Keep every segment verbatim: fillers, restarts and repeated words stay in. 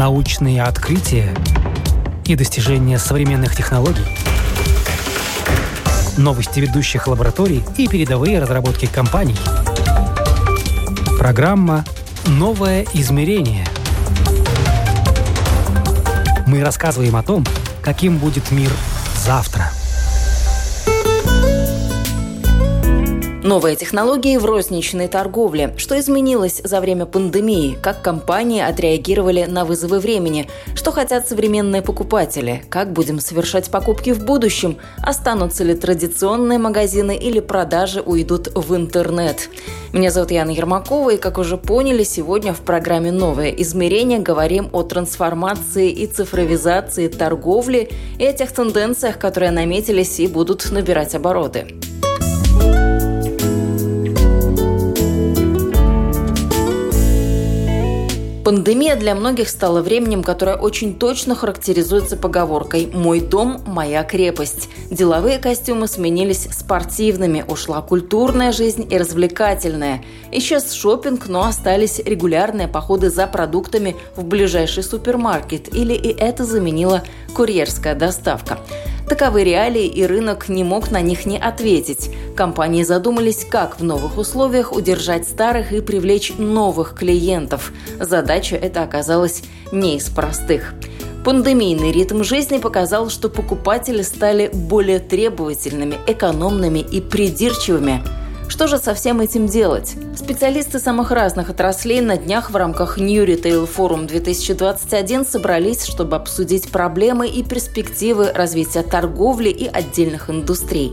научные открытия и достижения современных технологий, новости ведущих лабораторий и передовые разработки компаний. Программа «Новое измерение». Мы рассказываем о том, каким будет мир завтра. Новые технологии в розничной торговле. Что изменилось за время пандемии? Как компании отреагировали на вызовы времени? Что хотят современные покупатели? Как будем совершать покупки в будущем? Останутся ли традиционные магазины или продажи уйдут в интернет? Меня зовут Яна Ермакова, и, как уже поняли, сегодня в программе «Новое измерение» говорим о трансформации и цифровизации торговли и о тех тенденциях, которые наметились и будут набирать обороты. Пандемия для многих стала временем, которое очень точно характеризуется поговоркой «Мой дом – моя крепость». Деловые костюмы сменились спортивными, ушла культурная жизнь и развлекательная. Исчез шопинг, но остались регулярные походы за продуктами в ближайший супермаркет, или и это заменила курьерская доставка. Таковы реалии, и рынок не мог на них не ответить. Компании задумались, как в новых условиях удержать старых и привлечь новых клиентов. Задача эта оказалась не из простых. Пандемийный ритм жизни показал, что покупатели стали более требовательными, экономными и придирчивыми. Что же со всем этим делать? Специалисты самых разных отраслей на днях в рамках New Retail Forum две тысячи двадцать один собрались, чтобы обсудить проблемы и перспективы развития торговли и отдельных индустрий.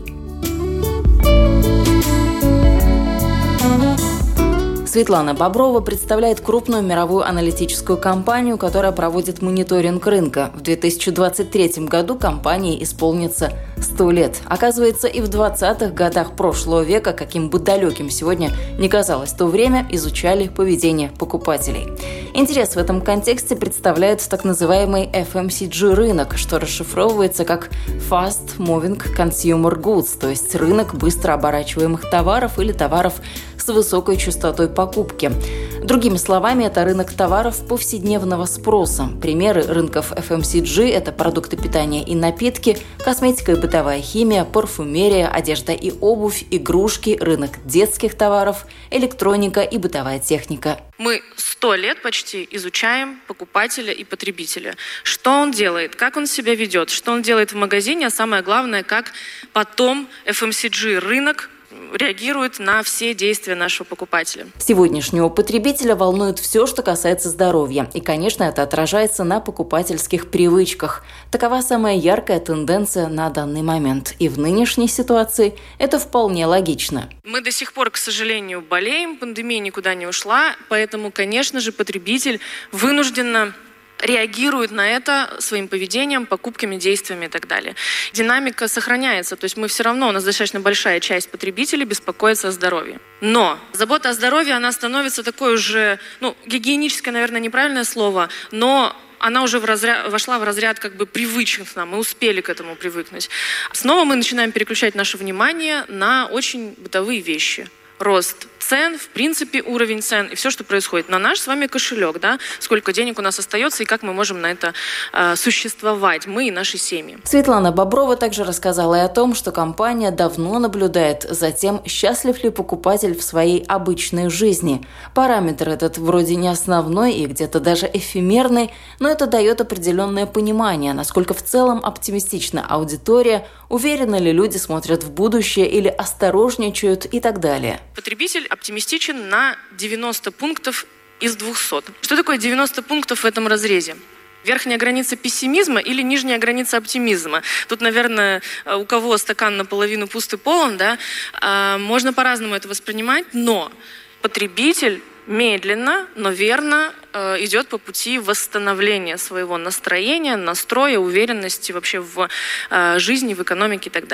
Светлана Боброва представляет крупную мировую аналитическую компанию, которая проводит мониторинг рынка. В две тысячи двадцать третьем году компании исполнится сто лет. Оказывается, и в двадцатых годах прошлого века, каким бы далеким сегодня не казалось то время, изучали поведение покупателей. Интерес в этом контексте представляет так называемый эф эм си джи рынок, что расшифровывается как Fast Moving Consumer Goods, то есть рынок быстро оборачиваемых товаров или товаров с высокой частотой покупки. Другими словами, это рынок товаров повседневного спроса. Примеры рынков эф эм си джи – это продукты питания и напитки, косметика и бытовая химия, парфюмерия, одежда и обувь, игрушки, рынок детских товаров, электроника и бытовая техника. Мы сто лет почти изучаем покупателя и потребителя. Что он делает, как он себя ведет, что он делает в магазине, а самое главное, как потом эф эм си джи рынок реагирует на все действия нашего покупателя. Сегодняшнего потребителя волнует все, что касается здоровья. И, конечно, это отражается на покупательских привычках. Такова самая яркая тенденция на данный момент. И в нынешней ситуации это вполне логично. Мы до сих пор, к сожалению, болеем, пандемия никуда не ушла, поэтому, конечно же, потребитель вынужденно реагирует на это своим поведением, покупками, действиями и так далее. Динамика сохраняется, то есть мы все равно, у нас достаточно большая часть потребителей беспокоится о здоровье. Но забота о здоровье, она становится такой уже, ну, гигиеническое, наверное, неправильное слово, но она уже в разряд, вошла в разряд как бы привычных нам, мы успели к этому привыкнуть. Снова мы начинаем переключать наше внимание на очень бытовые вещи. Рост цен, в принципе, уровень цен и все, что происходит. На наш с вами кошелек, да, сколько денег у нас остается и как мы можем на это э, существовать, мы и наши семьи. Светлана Боброва также рассказала и о том, что компания давно наблюдает за тем, счастлив ли покупатель в своей обычной жизни. Параметр этот вроде не основной и где-то даже эфемерный, но это дает определенное понимание, насколько в целом оптимистична аудитория, уверены ли люди смотрят в будущее или осторожничают и так далее. Потребитель оптимистичен на девяносто пунктов из двухсот. Что такое девяносто пунктов в этом разрезе? Верхняя граница пессимизма или нижняя граница оптимизма? Тут, наверное, у кого стакан наполовину пуст и полон, да, можно по-разному это воспринимать, но потребитель медленно, но верно э, идет по пути восстановления своего настроения, настроя, уверенности вообще в э, жизни, в экономике и так далее.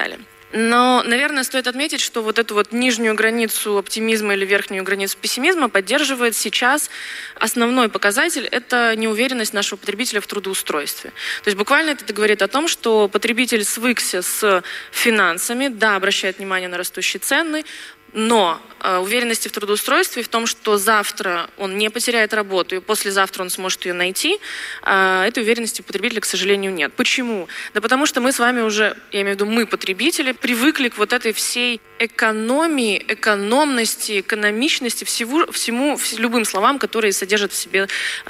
Но, наверное, стоит отметить, что вот эту вот нижнюю границу оптимизма или верхнюю границу пессимизма поддерживает сейчас основной показатель – это неуверенность нашего потребителя в трудоустройстве. То есть буквально это говорит о том, что потребитель свыкся с финансами, да, обращает внимание на растущие цены, но э, уверенности в трудоустройстве, в том, что завтра он не потеряет работу и послезавтра он сможет ее найти, э, этой уверенности у потребителя, к сожалению, нет. Почему? Да потому что мы с вами уже, я имею в виду мы, потребители, привыкли к вот этой всей экономии, экономности, экономичности, всего, всему, вс- любым словам, которые содержат в себе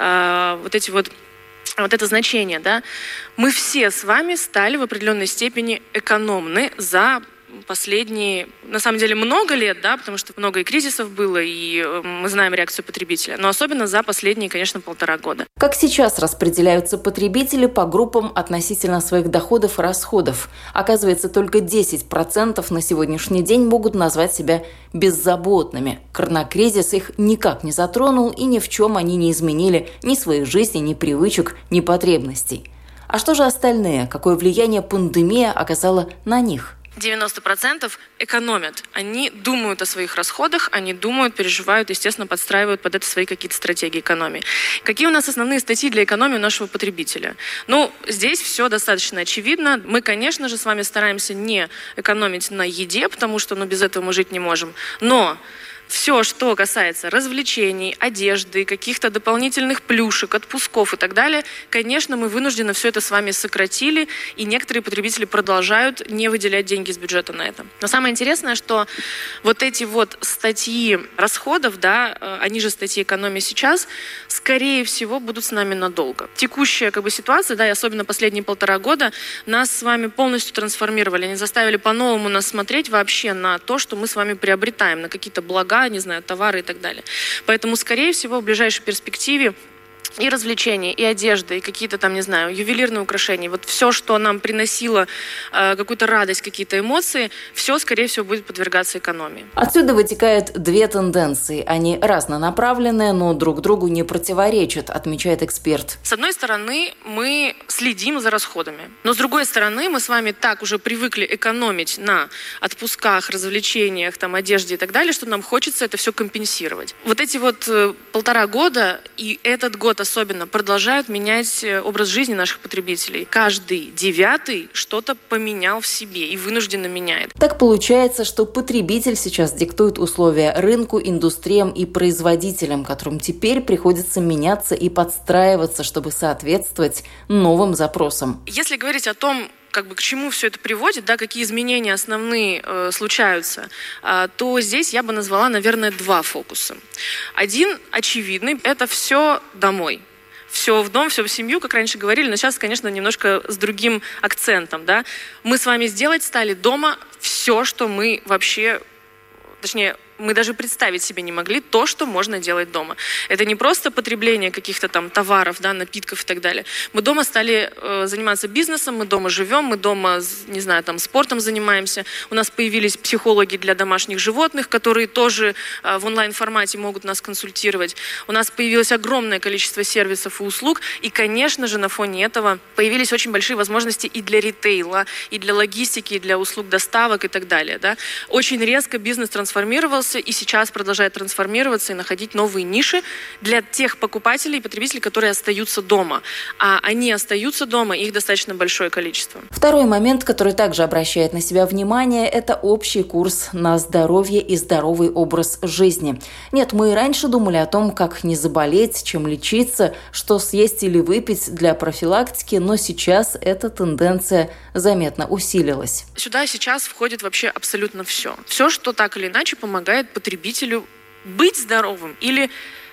э, вот эти вот вот это значение, да. Мы все с вами стали в определенной степени экономны за последние, на самом деле, много лет, да, потому что много и кризисов было, и мы знаем реакцию потребителя, но особенно за последние, конечно, полтора года. Как сейчас распределяются потребители по группам относительно своих доходов и расходов? Оказывается, только десять процентов на сегодняшний день могут назвать себя беззаботными. Коронакризис их никак не затронул, и ни в чем они не изменили ни своей жизни, ни привычек, ни потребностей. А что же остальные? Какое влияние пандемия оказала на них? девяносто процентов экономят. Они думают о своих расходах, они думают, переживают, естественно, подстраивают под это свои какие-то стратегии экономии. Какие у нас основные статьи для экономии нашего потребителя? Ну, здесь все достаточно очевидно. Мы, конечно же, с вами стараемся не экономить на еде, потому что, ну, без этого мы жить не можем. Но все, что касается развлечений, одежды, каких-то дополнительных плюшек, отпусков и так далее, конечно, мы вынуждены все это с вами сократили, и некоторые потребители продолжают не выделять деньги из бюджета на это. Но самое интересное, что вот эти вот статьи расходов, да, они же статьи экономии сейчас, скорее всего, будут с нами надолго. Текущая как бы ситуация, да, и особенно последние полтора года, нас с вами полностью трансформировали, они заставили по-новому нас смотреть вообще на то, что мы с вами приобретаем, на какие-то блага, не знаю, товары и так далее. Поэтому, скорее всего, в ближайшей перспективе и развлечения, и одежда, и какие-то там, не знаю, ювелирные украшения, вот все, что нам приносило э, какую-то радость, какие-то эмоции, все, скорее всего, будет подвергаться экономии. Отсюда вытекают две тенденции. Они разнонаправленные, но друг другу не противоречат, отмечает эксперт. С одной стороны, мы следим за расходами, но с другой стороны, мы с вами так уже привыкли экономить на отпусках, развлечениях, там, одежде и так далее, что нам хочется это все компенсировать. Вот эти вот э, полтора года и этот год особенно продолжают менять образ жизни наших потребителей. Каждый девятый что-то поменял в себе и вынужденно меняет. Так получается, что потребитель сейчас диктует условия рынку, индустриям и производителям, которым теперь приходится меняться и подстраиваться, чтобы соответствовать новым запросам. Если говорить о том, как бы к чему все это приводит, да, какие изменения основные э, случаются, э, то здесь я бы назвала, наверное, два фокуса. Один очевидный – это все домой. Все в дом, все в семью, как раньше говорили, но сейчас, конечно, немножко с другим акцентом. Да? Мы с вами сделать стали дома все, что мы вообще, точнее, мы даже представить себе не могли то, что можно делать дома. Это не просто потребление каких-то там товаров, да, напитков и так далее. Мы дома стали э, заниматься бизнесом, мы дома живем, мы дома, не знаю, там спортом занимаемся. У нас появились психологи для домашних животных, которые тоже э, в онлайн-формате могут нас консультировать. У нас появилось огромное количество сервисов и услуг, и, конечно же, на фоне этого появились очень большие возможности и для ритейла, и для логистики, и для услуг доставок и так далее. Да. Очень резко бизнес трансформировался, и сейчас продолжает трансформироваться и находить новые ниши для тех покупателей и потребителей, которые остаются дома. А они остаются дома, их достаточно большое количество. Второй момент, который также обращает на себя внимание, это общий курс на здоровье и здоровый образ жизни. Нет, мы и раньше думали о том, как не заболеть, чем лечиться, что съесть или выпить для профилактики, но сейчас эта тенденция заметно усилилась. Сюда сейчас входит вообще абсолютно все. Все, что так или иначе помогает потребителю быть здоровым или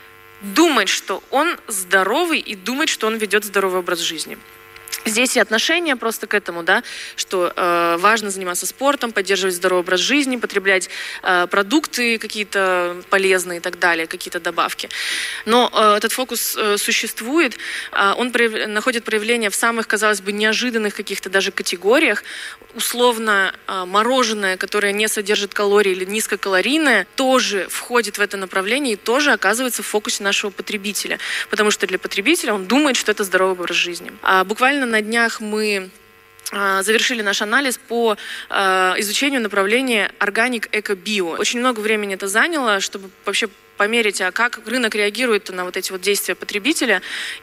думать, что он здоровый, и думать, что он ведет здоровый образ жизни. Здесь и отношение просто к этому, да, что э, важно заниматься спортом, поддерживать здоровый образ жизни, потреблять э, продукты какие-то полезные и так далее, какие-то добавки. Но э, этот фокус э, существует, э, он прояв... находит проявление в самых, казалось бы, неожиданных каких-то даже категориях. Условно э, мороженое, которое не содержит калорий или низкокалорийное, тоже входит в это направление и тоже оказывается в фокусе нашего потребителя. Потому что для потребителя он думает, что это здоровый образ жизни. А буквально на На днях мы завершили наш анализ по э, изучению направления органик, эко, био. Очень много времени это заняло, чтобы вообще померить, а как рынок реагирует на вот эти вот действия потребителя.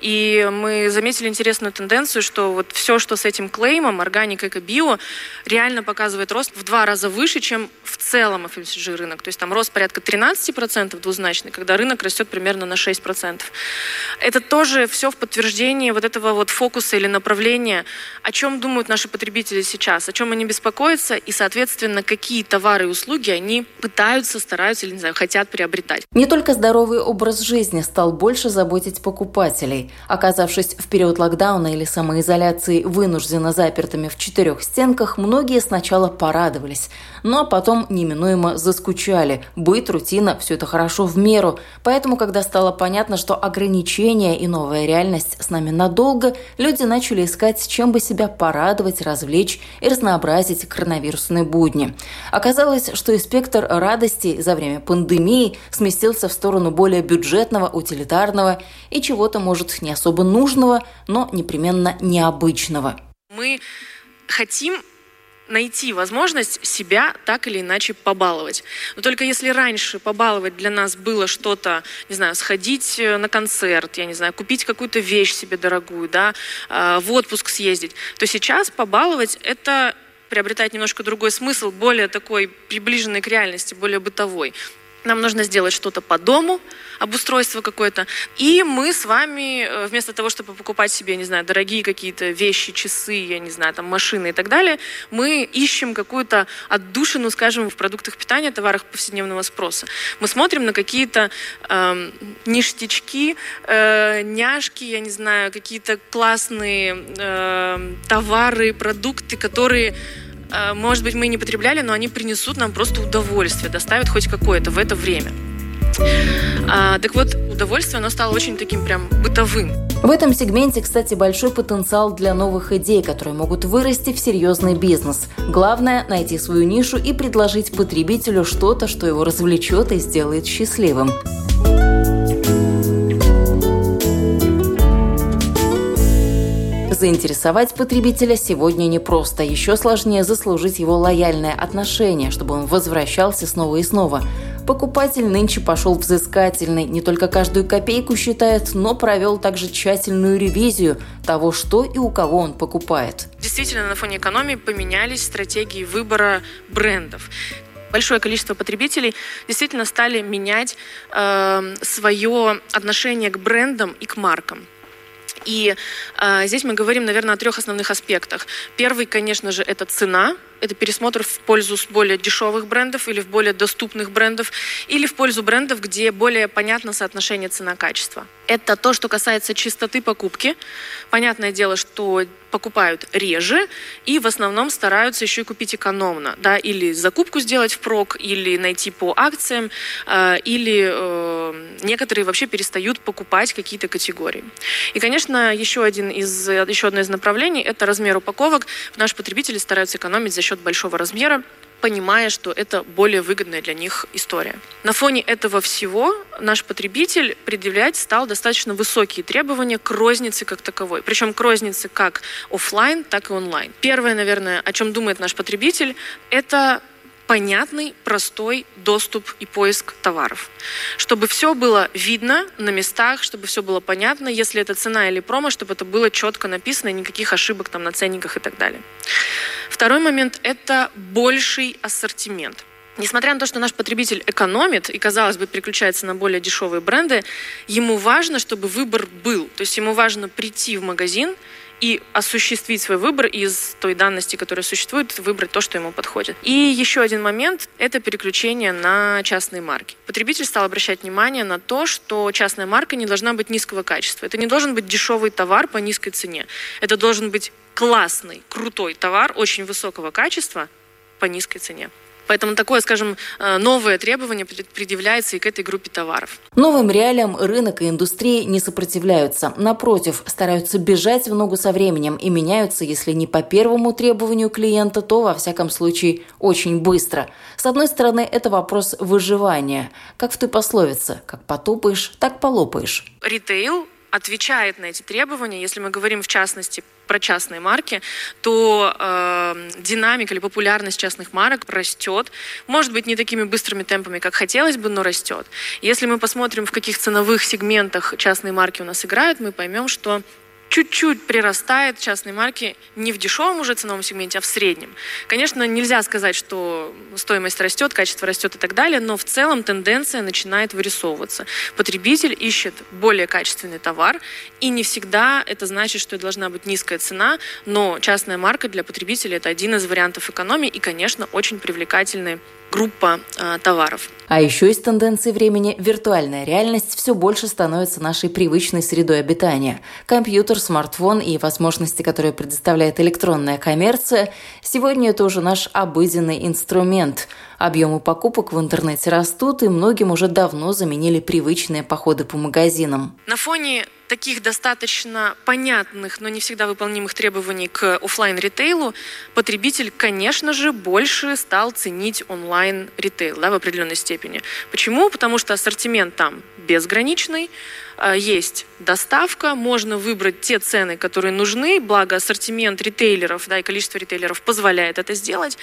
И мы заметили интересную тенденцию, что вот все, что с этим клеймом органик, эко, био, реально показывает рост в два раза выше, чем в целом эф эм си джи рынок. То есть там рост порядка тринадцать процентов двузначный, когда рынок растет примерно на шесть процентов. Это тоже все в подтверждении вот этого вот фокуса или направления, о чем думают наши потребители сейчас, о чем они беспокоятся и, соответственно, какие товары и услуги они пытаются, стараются или, не знаю, хотят приобретать. Не только здоровый образ жизни стал больше заботить покупателей. Оказавшись в период локдауна или самоизоляции вынужденно запертыми в четырех стенках, многие сначала порадовались, но потом неминуемо заскучали. Быт, рутина – все это хорошо в меру. Поэтому, когда стало понятно, что ограничения и новая реальность с нами надолго, люди начали искать, чем бы себя порадовать, развлечь и разнообразить коронавирусные будни. Оказалось, что и спектр радостей за время пандемии сместился в сторону более бюджетного, утилитарного и чего-то, может, не особо нужного, но непременно необычного. Мы хотим найти возможность себя так или иначе побаловать. Но только если раньше побаловать для нас было что-то, не знаю, сходить на концерт, я не знаю, купить какую-то вещь себе дорогую, да, в отпуск съездить, то сейчас побаловать – это приобретает немножко другой смысл, более такой приближенный к реальности, более бытовой. Нам нужно сделать что-то по дому, обустройство какое-то. И мы с вами, вместо того, чтобы покупать себе, не знаю, дорогие какие-то вещи, часы, я не знаю, там, машины и так далее, мы ищем какую-то отдушину, скажем, в продуктах питания, товарах повседневного спроса. Мы смотрим на какие-то э, ништячки, э, няшки, я не знаю, какие-то классные э, товары, продукты, которые... может быть, мы и не потребляли, но они принесут нам просто удовольствие, доставят хоть какое-то в это время. А, так вот, удовольствие, оно стало очень таким прям бытовым. В этом сегменте, кстати, большой потенциал для новых идей, которые могут вырасти в серьезный бизнес. Главное – найти свою нишу и предложить потребителю что-то, что его развлечет и сделает счастливым. Заинтересовать потребителя сегодня непросто. Еще сложнее заслужить его лояльное отношение, чтобы он возвращался снова и снова. Покупатель нынче пошел взыскательный. Не только каждую копейку считает, но провел также тщательную ревизию того, что и у кого он покупает. Действительно, на фоне экономии поменялись стратегии выбора брендов. Большое количество потребителей действительно стали менять э, свое отношение к брендам и к маркам. И э, здесь мы говорим, наверное, о трех основных аспектах. Первый, конечно же, это цена. Это пересмотр в пользу более дешевых брендов или в более доступных брендов, или в пользу брендов, где более понятно соотношение цена-качество. Это то, что касается чистоты покупки. Понятное дело, что покупают реже и в основном стараются еще и купить экономно. Да? Или закупку сделать впрок, или найти по акциям, э, или э, некоторые вообще перестают покупать какие-то категории. И, конечно, еще, один из, еще одно из направлений – это размер упаковок. Наши потребители стараются экономить за счет большого размера, понимая, что это более выгодная для них история. На фоне этого всего наш потребитель предъявлять стал достаточно высокие требования к рознице как таковой. Причем к рознице как офлайн, так и онлайн. Первое, наверное, о чем думает наш потребитель, это понятный, простой доступ и поиск товаров. Чтобы все было видно на местах, чтобы все было понятно, если это цена или промо, чтобы это было четко написано, никаких ошибок там на ценниках и так далее. Второй момент – это больший ассортимент. Несмотря на то, что наш потребитель экономит и, казалось бы, переключается на более дешевые бренды, ему важно, чтобы выбор был. То есть ему важно прийти в магазин и осуществить свой выбор из той данности, которая существует, выбрать то, что ему подходит. И еще один момент – это переключение на частные марки. Потребитель стал обращать внимание на то, что частная марка не должна быть низкого качества. Это не должен быть дешевый товар по низкой цене. Это должен быть классный, крутой товар очень высокого качества по низкой цене. Поэтому такое, скажем, новое требование предъявляется и к этой группе товаров. Новым реалиям рынок и индустрии не сопротивляются. Напротив, стараются бежать в ногу со временем и меняются, если не по первому требованию клиента, то, во всяком случае, очень быстро. С одной стороны, это вопрос выживания. Как в той пословице: как потопаешь, так полопаешь. Ритейл отвечает на эти требования, если мы говорим в частности про частные марки, то э, динамика или популярность частных марок растет. Может быть, не такими быстрыми темпами, как хотелось бы, но растет. Если мы посмотрим, в каких ценовых сегментах частные марки у нас играют, мы поймем, что чуть-чуть прирастает частные марки не в дешевом уже ценовом сегменте, а в среднем. Конечно, нельзя сказать, что стоимость растет, качество растет и так далее, но в целом тенденция начинает вырисовываться. Потребитель ищет более качественный товар, и не всегда это значит, что должна быть низкая цена, но частная марка для потребителя – это один из вариантов экономии и, конечно, очень привлекательный группа э, товаров. А еще из тенденций времени виртуальная реальность все больше становится нашей привычной средой обитания. Компьютер, смартфон и возможности, которые предоставляет электронная коммерция, сегодня это уже наш обыденный инструмент. Объемы покупок в интернете растут, и многим уже давно заменили привычные походы по магазинам. На фоне таких достаточно понятных, но не всегда выполнимых требований к офлайн-ритейлу, потребитель, конечно же, больше стал ценить онлайн-ритейл, да, в определенной степени. Почему? Потому что ассортимент там безграничный, есть доставка, можно выбрать те цены, которые нужны, благо ассортимент ритейлеров, да, и количество ритейлеров позволяет это сделать.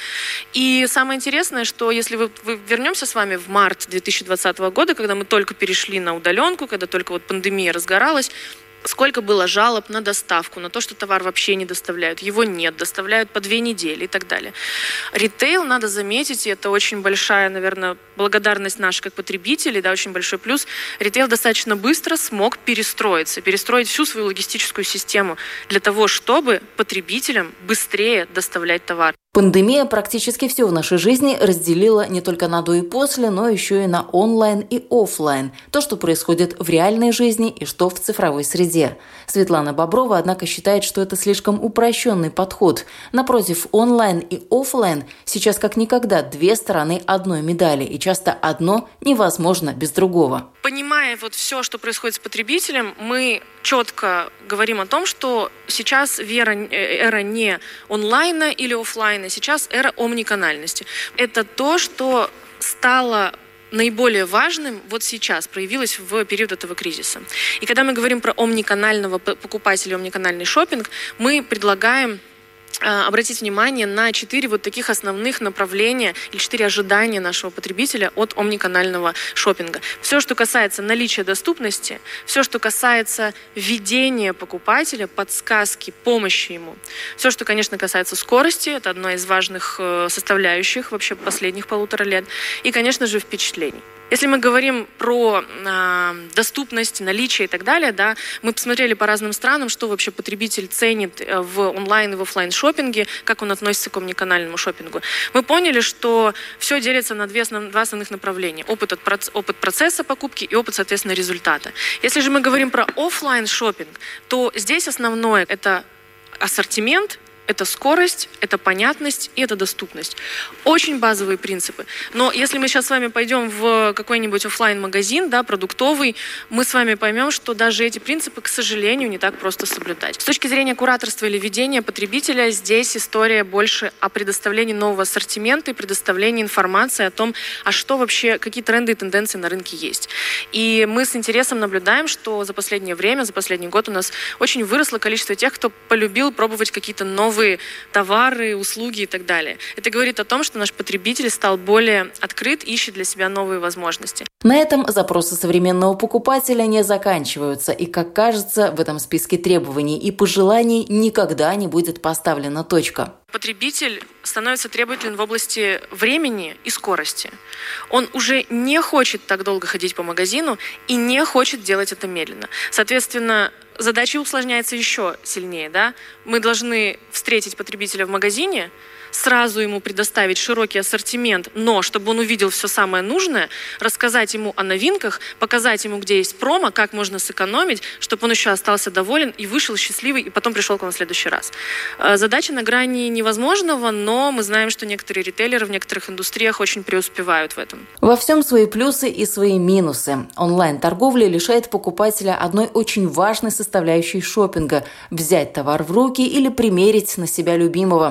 И самое интересное, что если вы, вы вернемся с вами в март две тысячи двадцатого года, когда мы только перешли на удаленку, когда только вот пандемия разгоралась, сколько было жалоб на доставку, на то, что товар вообще не доставляют, его нет, доставляют по две недели и так далее. Ритейл, надо заметить, и это очень большая, наверное, благодарность наша как потребителей, да, очень большой плюс. Ритейл достаточно быстро смог перестроиться, перестроить всю свою логистическую систему для того, чтобы потребителям быстрее доставлять товар. Пандемия практически все в нашей жизни разделила не только на до и после, но еще и на онлайн и офлайн. То, что происходит в реальной жизни и что в цифровой среде. Светлана Боброва, однако, считает, что это слишком упрощенный подход. Напротив, онлайн и офлайн сейчас как никогда две стороны одной медали, и часто одно невозможно без другого. Понимая вот все, что происходит с потребителем, мы четко говорим о том, что сейчас вера, эра не онлайна или офлайна, сейчас эра омниканальности. Это то, что стало наиболее важным вот сейчас, проявилось в период этого кризиса. И когда мы говорим про омниканального покупателя, омниканальный шопинг, мы предлагаем обратить внимание на четыре вот таких основных направления или четыре ожидания нашего потребителя от омниканального шопинга. Все, что касается наличия доступности, все, что касается ведения покупателя, подсказки, помощи ему. Все, что, конечно, касается скорости, это одна из важных составляющих вообще последних полутора лет. И, конечно же, впечатлений. Если мы говорим про э, доступность, наличие и так далее, да, мы посмотрели по разным странам, что вообще потребитель ценит в онлайн и в офлайн шопинге, как он относится к омниканальному шопингу. Мы поняли, что все делится на две основ, два основных направления. Опыт, от, опыт процесса покупки и опыт, соответственно, результата. Если же мы говорим про офлайн шопинг, то здесь основное – это ассортимент, это скорость, это понятность и это доступность. Очень базовые принципы. Но если мы сейчас с вами пойдем в какой-нибудь офлайн-магазин, да, продуктовый, мы с вами поймем, что даже эти принципы, к сожалению, не так просто соблюдать. С точки зрения кураторства или ведения потребителя, здесь история больше о предоставлении нового ассортимента и предоставлении информации о том, а что вообще, какие тренды и тенденции на рынке есть. И мы с интересом наблюдаем, что за последнее время, за последний год у нас очень выросло количество тех, кто полюбил пробовать какие-то новые товары, услуги и так далее. Это говорит о том, что наш потребитель стал более открыт, ищет для себя новые возможности. На этом запросы современного покупателя не заканчиваются, и, как кажется, в этом списке требований и пожеланий никогда не будет поставлена точка. Потребитель становится требователен в области времени и скорости. Он уже не хочет так долго ходить по магазину и не хочет делать это медленно. Соответственно, задача усложняется еще сильнее. Да? Мы должны встретить потребителя в магазине, сразу ему предоставить широкий ассортимент, но чтобы он увидел все самое нужное, рассказать ему о новинках, показать ему, где есть промо, как можно сэкономить, чтобы он еще остался доволен и вышел счастливый, и потом пришел к вам в следующий раз. Задача на грани невозможного, но мы знаем, что некоторые ритейлеры в некоторых индустриях очень преуспевают в этом. Во всем свои плюсы и свои минусы. Онлайн-торговля лишает покупателя одной очень важной составляющей шопинга – взять товар в руки или примерить на себя любимого.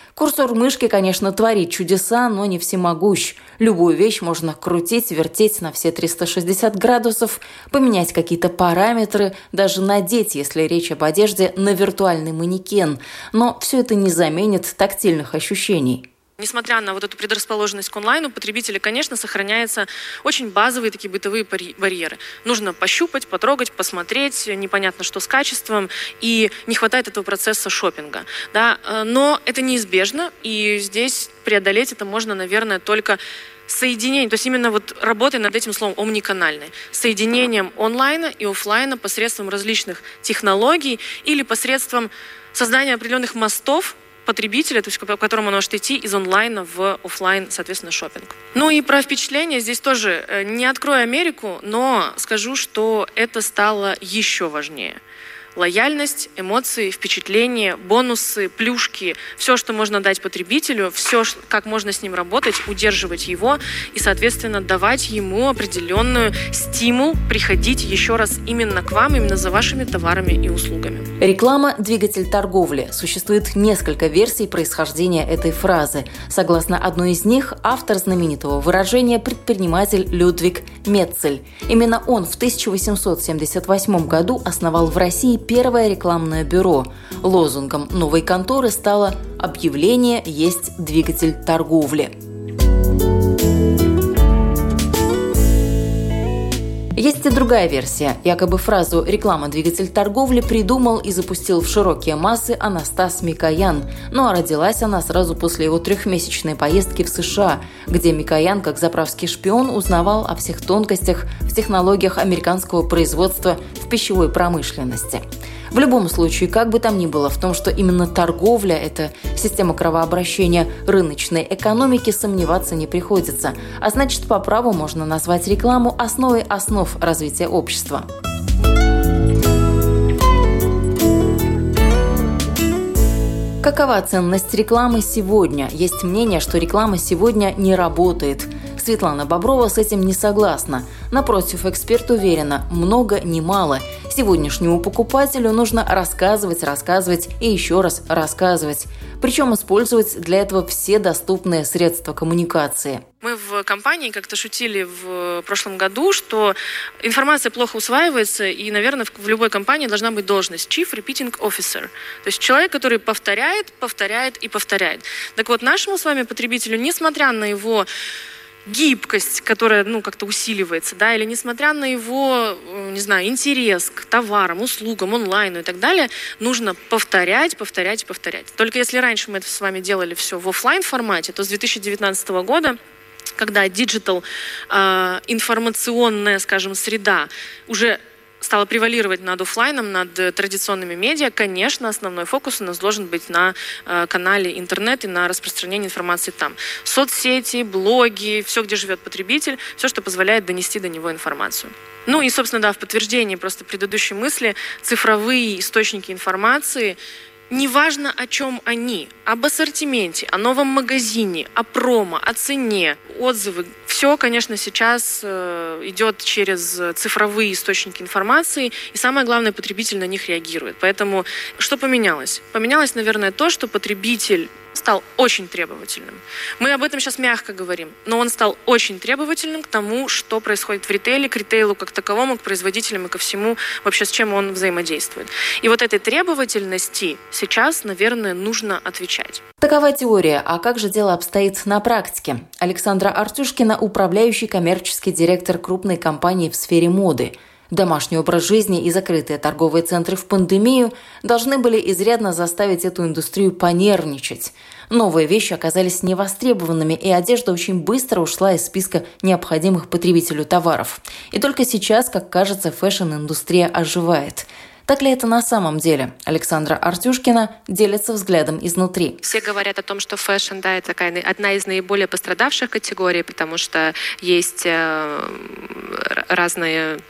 Курсор мышки, конечно, творит чудеса, но не всемогущ. Любую вещь можно крутить, вертеть на все триста шестьдесят градусов, поменять какие-то параметры, даже надеть, если речь об одежде, на виртуальный манекен. Но все это не заменит тактильных ощущений. Несмотря на вот эту предрасположенность к онлайну, у потребителя, конечно, сохраняются очень базовые такие бытовые барьеры. Нужно пощупать, потрогать, посмотреть, непонятно что с качеством, и не хватает этого процесса шопинга. Да? Но это неизбежно, и здесь преодолеть это можно, наверное, только соединение, то есть именно вот работой над этим словом омниканальной, соединением онлайна и офлайна посредством различных технологий или посредством создания определенных мостов потребителя, то есть по которому он может идти из онлайна в офлайн, соответственно, шопинг. Ну и про впечатления здесь тоже не открою Америку, но скажу, что это стало еще важнее. Лояльность, эмоции, впечатления, бонусы, плюшки, все, что можно дать потребителю, все, как можно с ним работать, удерживать его и, соответственно, давать ему определенную стимул приходить еще раз именно к вам, именно за вашими товарами и услугами. Реклама – двигатель торговли. Существует несколько версий происхождения этой фразы. Согласно одной из них, автор знаменитого выражения – предприниматель Людвиг Метцель. Именно он в тысяча восемьсот семьдесят восьмом году основал в России первое рекламное бюро. Лозунгом новой конторы стало «Объявление есть двигатель торговли». Есть и другая версия. Якобы фразу «реклама – двигатель торговли» придумал и запустил в широкие массы Анастас Микоян. Ну а родилась она сразу после его трехмесячной поездки в США, где Микоян, как заправский шпион, узнавал о всех тонкостях в технологиях американского производства в пищевой промышленности. В любом случае, как бы там ни было, в том, что именно торговля – это система кровообращения рыночной экономики, сомневаться не приходится. А значит, по праву можно назвать рекламу основой основ развития общества. Какова ценность рекламы сегодня? Есть мнение, что реклама сегодня не работает. Светлана Боброва с этим не согласна. Напротив, эксперт уверена, много не мало. Сегодняшнему покупателю нужно рассказывать, рассказывать и еще раз рассказывать. Причем использовать для этого все доступные средства коммуникации. Мы в компании как-то шутили в прошлом году, что информация плохо усваивается, и, наверное, в любой компании должна быть должность Chief Repeating Officer. То есть человек, который повторяет, повторяет и повторяет. Так вот, нашему с вами потребителю, несмотря на его гибкость, которая, ну, как-то усиливается, да, или несмотря на его, не знаю, интерес к товарам, услугам, онлайну и так далее, нужно повторять, повторять, повторять. Только если раньше мы это с вами делали все в офлайн формате, то с две тысячи девятнадцатого года, когда диджитал, э, информационная, скажем, среда уже стала превалировать над офлайном, над традиционными медиа, конечно, основной фокус у нас должен быть на э, канале интернет и на распространении информации там. Соцсети, блоги, все, где живет потребитель, все, что позволяет донести до него информацию. Ну и, собственно, да, в подтверждении просто предыдущей мысли, цифровые источники информации, неважно, о чем они, об ассортименте, о новом магазине, о промо, о цене, отзывы. Все, конечно, сейчас э, идет через цифровые источники информации, и самое главное, потребитель на них реагирует. Поэтому что поменялось? Поменялось, наверное, то, что потребитель стал очень требовательным. Мы об этом сейчас мягко говорим, но он стал очень требовательным к тому, что происходит в ритейле, к ритейлу как таковому, к производителям и ко всему, вообще с чем он взаимодействует. И вот этой требовательности сейчас, наверное, нужно отвечать. Такова теория. А как же дело обстоит на практике? Александра Артюшкина – управляющий коммерческий директор крупной компании в сфере моды. Домашний образ жизни и закрытые торговые центры в пандемию должны были изрядно заставить эту индустрию понервничать. Новые вещи оказались невостребованными, и одежда очень быстро ушла из списка необходимых потребителю товаров. И только сейчас, как кажется, фэшн-индустрия оживает. Так ли это на самом деле? Александра Артюшкина делится взглядом изнутри. Все говорят о том, что фэшн, да, это такая одна из наиболее пострадавших категорий, потому что есть э, разные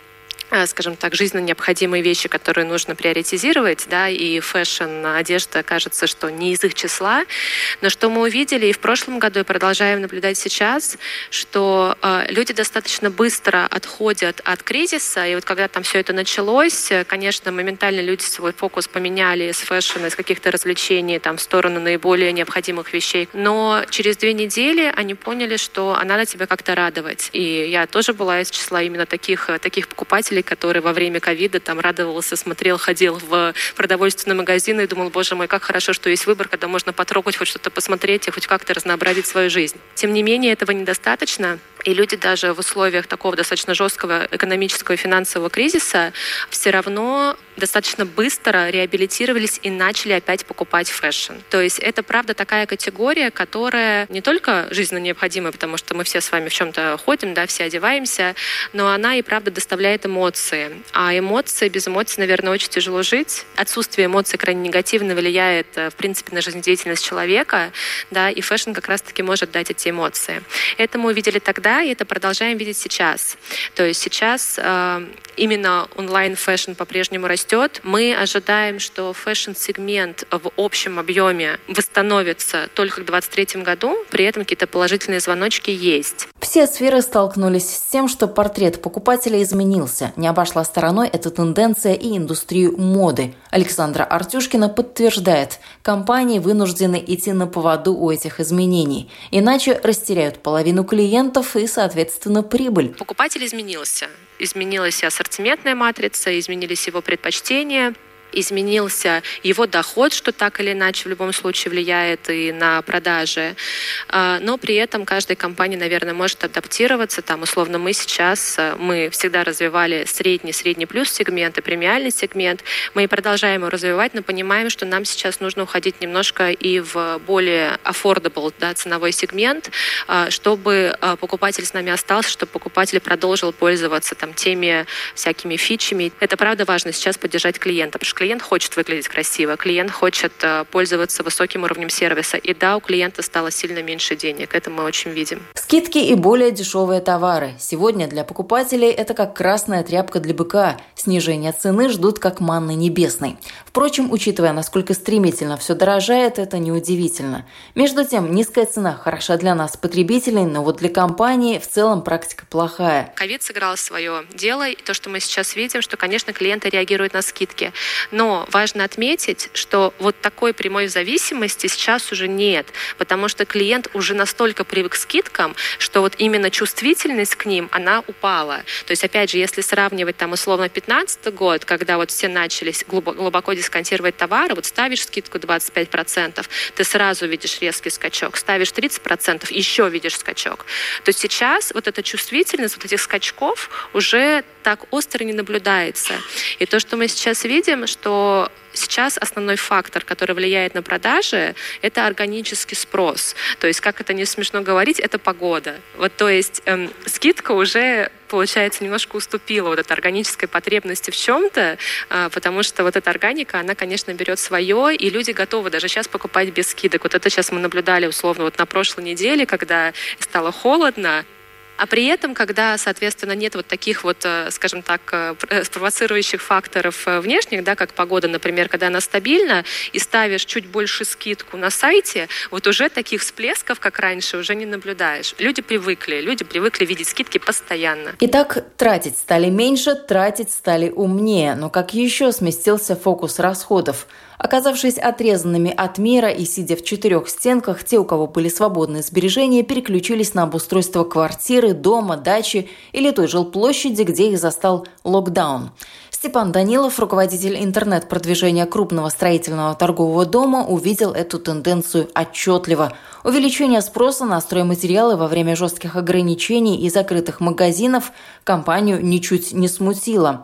скажем так, жизненно необходимые вещи, которые нужно приоритизировать, да, и фэшн, одежда, кажется, что не из их числа. Но что мы увидели и в прошлом году, и продолжаем наблюдать сейчас, что э, люди достаточно быстро отходят от кризиса, и вот когда там все это началось, конечно, моментально люди свой фокус поменяли с фэшна, из каких-то развлечений там, в сторону наиболее необходимых вещей. Но через две недели они поняли, что а надо тебя как-то радовать. И я тоже была из числа именно таких, таких покупателей, который во время ковида там радовался, смотрел, ходил в продовольственный магазин и думал, боже мой, как хорошо, что есть выбор, когда можно потрогать, хоть что-то посмотреть и хоть как-то разнообразить свою жизнь. Тем не менее, этого недостаточно. И люди даже в условиях такого достаточно жесткого экономического и финансового кризиса все равно достаточно быстро реабилитировались и начали опять покупать фэшн. То есть это, правда, такая категория, которая не только жизненно необходима, потому что мы все с вами в чем-то ходим, да, все одеваемся, но она и, правда, доставляет эмоции. А эмоции, без эмоций, наверное, очень тяжело жить. Отсутствие эмоций крайне негативно влияет, в принципе, на жизнедеятельность человека, да, и фэшн как раз-таки может дать эти эмоции. Это мы увидели тогда, и это продолжаем видеть сейчас. То есть сейчас э, именно онлайн-фэшн по-прежнему растет. Мы ожидаем, что фэшн-сегмент в общем объеме восстановится только к двадцать третьему году, при этом какие-то положительные звоночки есть. Все сферы столкнулись с тем, что портрет покупателя изменился. Не обошла стороной эта тенденция и индустрию моды. Александра Артюшкина подтверждает, компании вынуждены идти на поводу у этих изменений. Иначе растеряют половину клиентов и, соответственно, прибыль. Покупатель изменился. Изменилась и ассортиментная матрица, изменились его предпочтения. Изменился его доход, что так или иначе в любом случае влияет и на продажи. Но при этом каждая компания, наверное, может адаптироваться. Там, условно, мы сейчас, мы всегда развивали средний, средний плюс сегмент и премиальный сегмент. Мы и продолжаем его развивать, но понимаем, что нам сейчас нужно уходить немножко и в более affordable, да, ценовой сегмент, чтобы покупатель с нами остался, чтобы покупатель продолжил пользоваться там, теми всякими фичами. Это, правда, важно сейчас поддержать клиента, потому что клиент хочет выглядеть красиво, клиент хочет uh, пользоваться высоким уровнем сервиса. И да, у клиента стало сильно меньше денег. Это мы очень видим. Скидки и более дешевые товары. Сегодня для покупателей это как красная тряпка для быка. Снижение цены ждут как манны небесной. Впрочем, учитывая, насколько стремительно все дорожает, это неудивительно. Между тем, низкая цена хороша для нас, потребителей, но вот для компании в целом практика плохая. Ковид сыграл свое дело. И то, что мы сейчас видим, что, конечно, клиенты реагируют на скидки. Но важно отметить, что вот такой прямой зависимости сейчас уже нет, потому что клиент уже настолько привык к скидкам, что вот именно чувствительность к ним, она упала. То есть, опять же, если сравнивать там условно пятнадцатый год, когда вот все начали глубоко дисконтировать товары, вот ставишь скидку двадцать пять процентов, ты сразу видишь резкий скачок, ставишь тридцать процентов, еще видишь скачок. То есть сейчас вот эта чувствительность вот этих скачков уже так остро не наблюдается. И то, что мы сейчас видим, что сейчас основной фактор, который влияет на продажи, это органический спрос. То есть, как это не смешно говорить, это погода. Вот, то есть эм, скидка уже, получается, немножко уступила вот этой органической потребности в чем-то, э, потому что вот эта органика, она, конечно, берет свое, и люди готовы даже сейчас покупать без скидок. Вот это сейчас мы наблюдали условно вот на прошлой неделе, когда стало холодно. А при этом, когда, соответственно, нет вот таких вот, скажем так, спровоцирующих факторов внешних, да, как погода, например, когда она стабильна, и ставишь чуть больше скидку на сайте, вот уже таких всплесков, как раньше, уже не наблюдаешь. Люди привыкли, люди привыкли видеть скидки постоянно. Итак, тратить стали меньше, тратить стали умнее. Но как еще сместился фокус расходов? Оказавшись отрезанными от мира и сидя в четырех стенках, те, у кого были свободные сбережения, переключились на обустройство квартиры, дома, дачи или той жилплощади, где их застал локдаун. Степан Данилов, руководитель интернет-продвижения крупного строительного торгового дома, увидел эту тенденцию отчетливо. Увеличение спроса на стройматериалы во время жестких ограничений и закрытых магазинов компанию ничуть не смутило.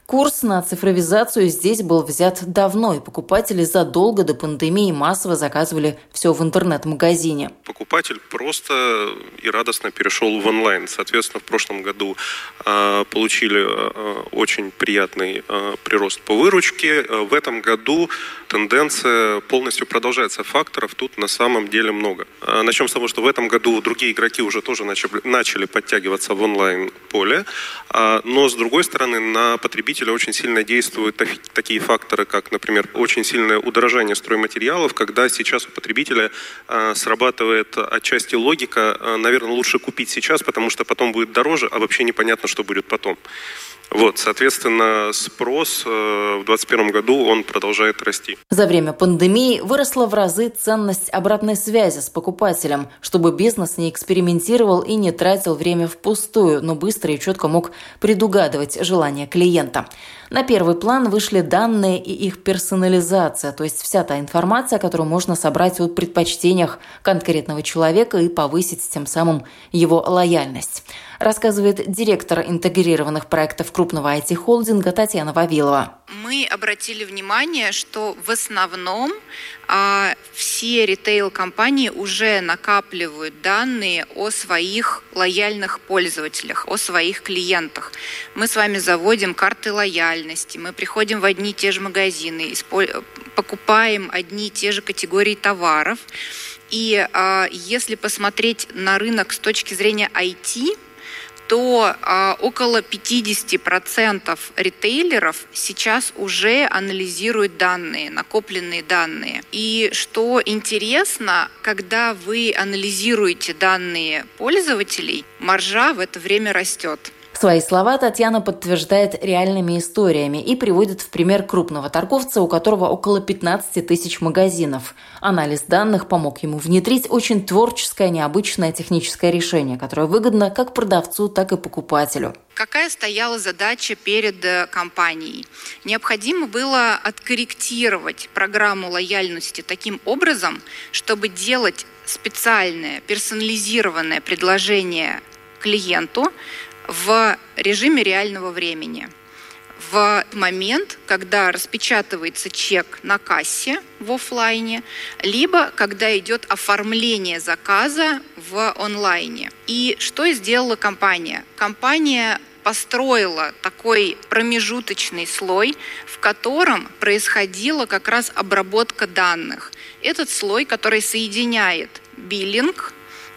Курс на цифровизацию здесь был взят давно, и покупатели задолго до пандемии массово заказывали все в интернет-магазине. Покупатель просто и радостно перешел в онлайн. Соответственно, в прошлом году э, получили э, очень приятный э, прирост по выручке. В этом году тенденция полностью продолжается. Факторов тут на самом деле много. Э, начнем с того, что в этом году другие игроки уже тоже начали, начали подтягиваться в онлайн-поле. Э, но, с другой стороны, на потребителя очень сильно действуют такие факторы, как, например, очень сильное удорожание стройматериалов, когда сейчас у потребителя э, срабатывает отчасти логика, э, наверное, лучше купить сейчас, потому что потом будет дороже, а вообще непонятно, что будет потом. Вот, соответственно, спрос э, в двадцать первом году он продолжает расти. За время пандемии выросла в разы ценность обратной связи с покупателем, чтобы бизнес не экспериментировал и не тратил время впустую, но быстро и четко мог предугадывать желания клиента. На первый план вышли данные и их персонализация, то есть вся та информация, которую можно собрать о предпочтениях конкретного человека и повысить тем самым его лояльность, рассказывает директор интегрированных проектов крупного ай ти-холдинга Татьяна Вавилова. Мы обратили внимание, что в основном а, все ритейл-компании уже накапливают данные о своих лояльных пользователях, о своих клиентах. Мы с вами заводим карты лояльности, мы приходим в одни и те же магазины, испо- покупаем одни и те же категории товаров. И а, если посмотреть на рынок с точки зрения ай ти, то а, около пятьдесят процентов ритейлеров сейчас уже анализируют данные, накопленные данные. И что интересно, когда вы анализируете данные пользователей, маржа в это время растет. Свои слова Татьяна подтверждает реальными историями и приводит в пример крупного торговца, у которого около пятнадцать тысяч магазинов. Анализ данных помог ему внедрить очень творческое, необычное техническое решение, которое выгодно как продавцу, так и покупателю. Какая стояла задача перед компанией? Необходимо было откорректировать программу лояльности таким образом, чтобы делать специальное, персонализированное предложение клиенту в режиме реального времени. В момент, когда распечатывается чек на кассе в офлайне, либо когда идет оформление заказа в онлайне. И что сделала компания? Компания построила такой промежуточный слой, в котором происходила как раз обработка данных. Этот слой, который соединяет биллинг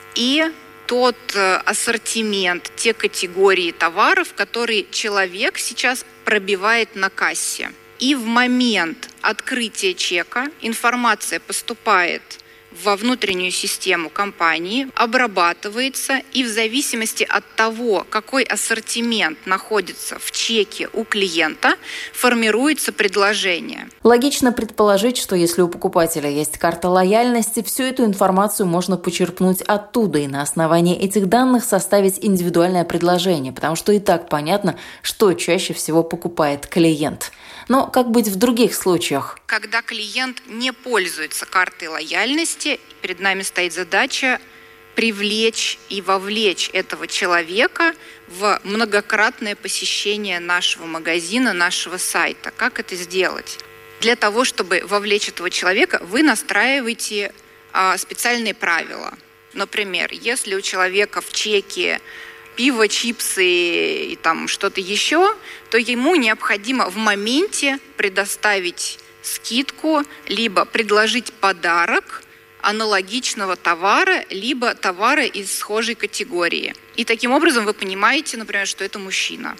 и тот ассортимент, те категории товаров, которые человек сейчас пробивает на кассе. И в момент открытия чека информация поступает во внутреннюю систему компании, обрабатывается, и в зависимости от того, какой ассортимент находится в чеке у клиента, формируется предложение. Логично предположить, что если у покупателя есть карта лояльности, всю эту информацию можно почерпнуть оттуда и на основании этих данных составить индивидуальное предложение, потому что и так понятно, что чаще всего покупает клиент. Но как быть в других случаях? Когда клиент не пользуется картой лояльности, перед нами стоит задача привлечь и вовлечь этого человека в многократное посещение нашего магазина, нашего сайта. Как это сделать? Для того, чтобы вовлечь этого человека, вы настраиваете а, специальные правила. Например, если у человека в чеке пиво, чипсы и там что-то еще, то ему необходимо в моменте предоставить скидку, либо предложить подарок аналогичного товара, либо товара из схожей категории. И таким образом вы понимаете, например, что это мужчина.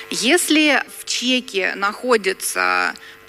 Если в чеке находятся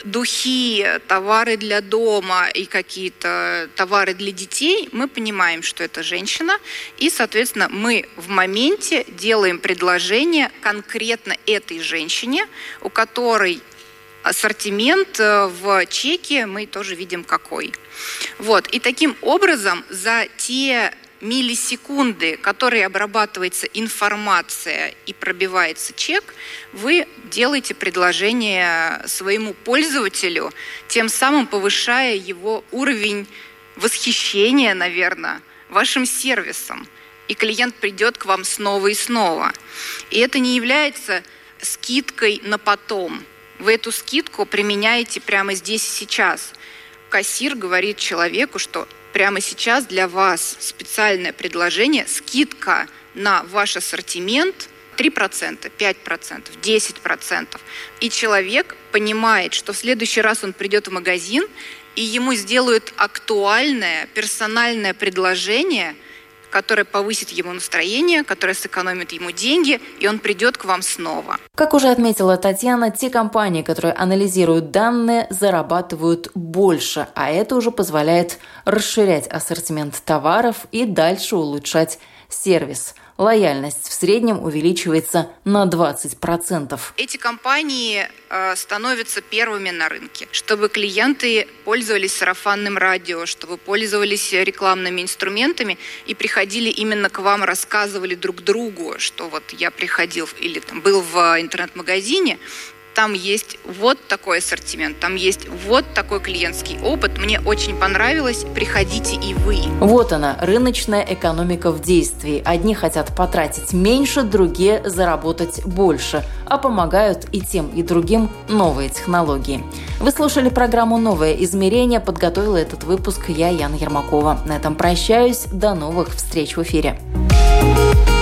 духи, товары для дома и какие-то товары для детей, мы понимаем, что это женщина, и, соответственно, мы в моменте делаем предложение конкретно этой женщине, у которой ассортимент в чеке мы тоже видим какой. Вот. И таким образом за те миллисекунды, которые обрабатывается информация и пробивается чек, вы делаете предложение своему пользователю, тем самым повышая его уровень восхищения, наверное, вашим сервисом. И клиент придет к вам снова и снова. И это не является скидкой на потом. Вы эту скидку применяете прямо здесь и сейчас. Кассир говорит человеку, что прямо сейчас для вас специальное предложение, скидка на ваш ассортимент три процента, пять процентов, десять процентов. И человек понимает, что в следующий раз он придет в магазин, и ему сделают актуальное, персональное предложение, которое повысит ему настроение, которое сэкономит ему деньги, и он придет к вам снова. Как уже отметила Татьяна, те компании, которые анализируют данные, зарабатывают больше, а это уже позволяет расширять ассортимент товаров и дальше улучшать сервис. Лояльность в среднем увеличивается на двадцать процентов. Эти компании э, становятся первыми на рынке, чтобы клиенты пользовались сарафанным радио, чтобы пользовались рекламными инструментами и приходили именно к вам, рассказывали друг другу, что вот я приходил или там, был в интернет-магазине, там есть вот такой ассортимент, там есть вот такой клиентский опыт. Мне очень понравилось, приходите и вы. Вот она, рыночная экономика в действии. Одни хотят потратить меньше, другие заработать больше. А помогают и тем, и другим новые технологии. Вы слушали программу «Новое измерение». Подготовила этот выпуск я, Яна Ермакова. На этом прощаюсь. До новых встреч в эфире.